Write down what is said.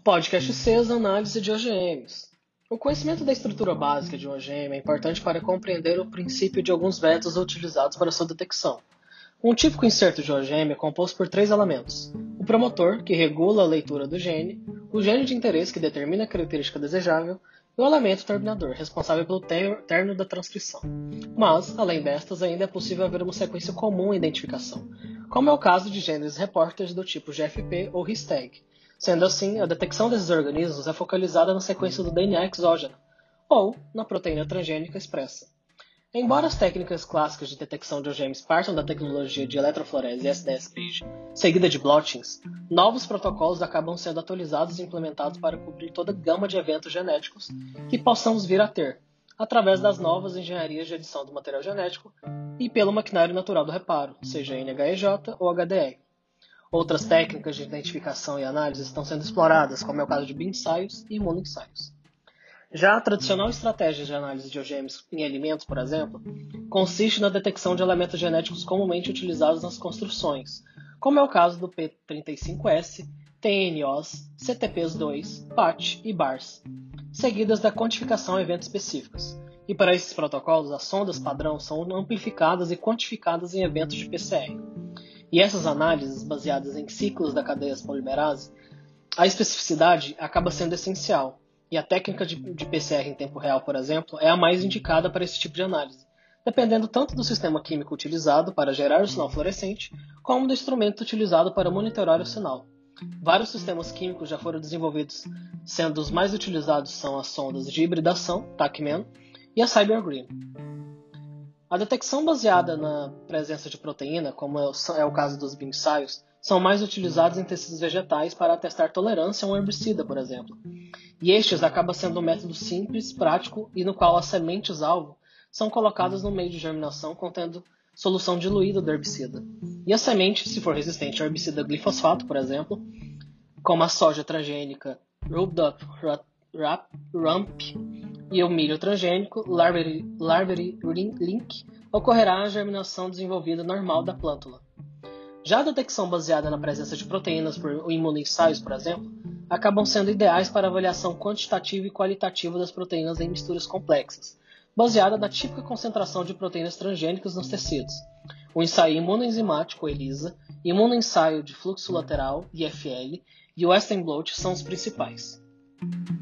Podcast 6, análise de OGMs. O conhecimento da estrutura básica de um OGM é importante para compreender o princípio de alguns métodos utilizados para sua detecção. Um típico inserto de OGM é composto por 3 elementos: o promotor, que regula a leitura do gene, o gene de interesse, que determina a característica desejável, e o elemento terminador, responsável pelo término da transcrição. Mas, além destas, ainda é possível haver uma sequência comum em identificação, como é o caso de genes reporters do tipo GFP ou Histag. Sendo assim, a detecção desses organismos é focalizada na sequência do DNA exógeno, ou na proteína transgênica expressa. Embora as técnicas clássicas de detecção de OGMs partam da tecnologia de eletroflorese e SDS-PAGE, seguida de blottings, novos protocolos acabam sendo atualizados e implementados para cobrir toda a gama de eventos genéticos que possamos vir a ter, através das novas engenharias de edição do material genético e pelo maquinário natural do reparo, seja NHEJ ou HDR. Outras técnicas de identificação e análise estão sendo exploradas, como é o caso de bioensaios e imunoensaios. Já a tradicional estratégia de análise de OGMs em alimentos, por exemplo, consiste na detecção de elementos genéticos comumente utilizados nas construções, como é o caso do P35S, TNOs, CTPs2, PAT e BARS, seguidas da quantificação a eventos específicos. E para esses protocolos, as sondas padrão são amplificadas e quantificadas em eventos de PCR. E essas análises, baseadas em ciclos da cadeia polimerase, a especificidade acaba sendo essencial, e a técnica de PCR em tempo real, por exemplo, é a mais indicada para esse tipo de análise, dependendo tanto do sistema químico utilizado para gerar o sinal fluorescente, como do instrumento utilizado para monitorar o sinal. Vários sistemas químicos já foram desenvolvidos, sendo os mais utilizados são as sondas de hibridação, TaqMan, e a CyberGreen. A detecção baseada na presença de proteína, como é o caso dos bioensaios, são mais utilizados em tecidos vegetais para testar tolerância a um herbicida, por exemplo. E estes acabam sendo um método simples, prático e no qual as sementes-alvo são colocadas no meio de germinação contendo solução diluída do herbicida. E a semente, se for resistente ao herbicida glifosfato, por exemplo, como a soja transgênica Roundup Rump e o milho transgênico Larvae Link, ocorrerá a germinação desenvolvida normal da plântula. Já a detecção baseada na presença de proteínas por imunoensaios, por exemplo, acabam sendo ideais para avaliação quantitativa e qualitativa das proteínas em misturas complexas, baseada na típica concentração de proteínas transgênicas nos tecidos. O ensaio imunoenzimático, ELISA, imunoensaio de fluxo lateral, IFL, e o Western blot são os principais.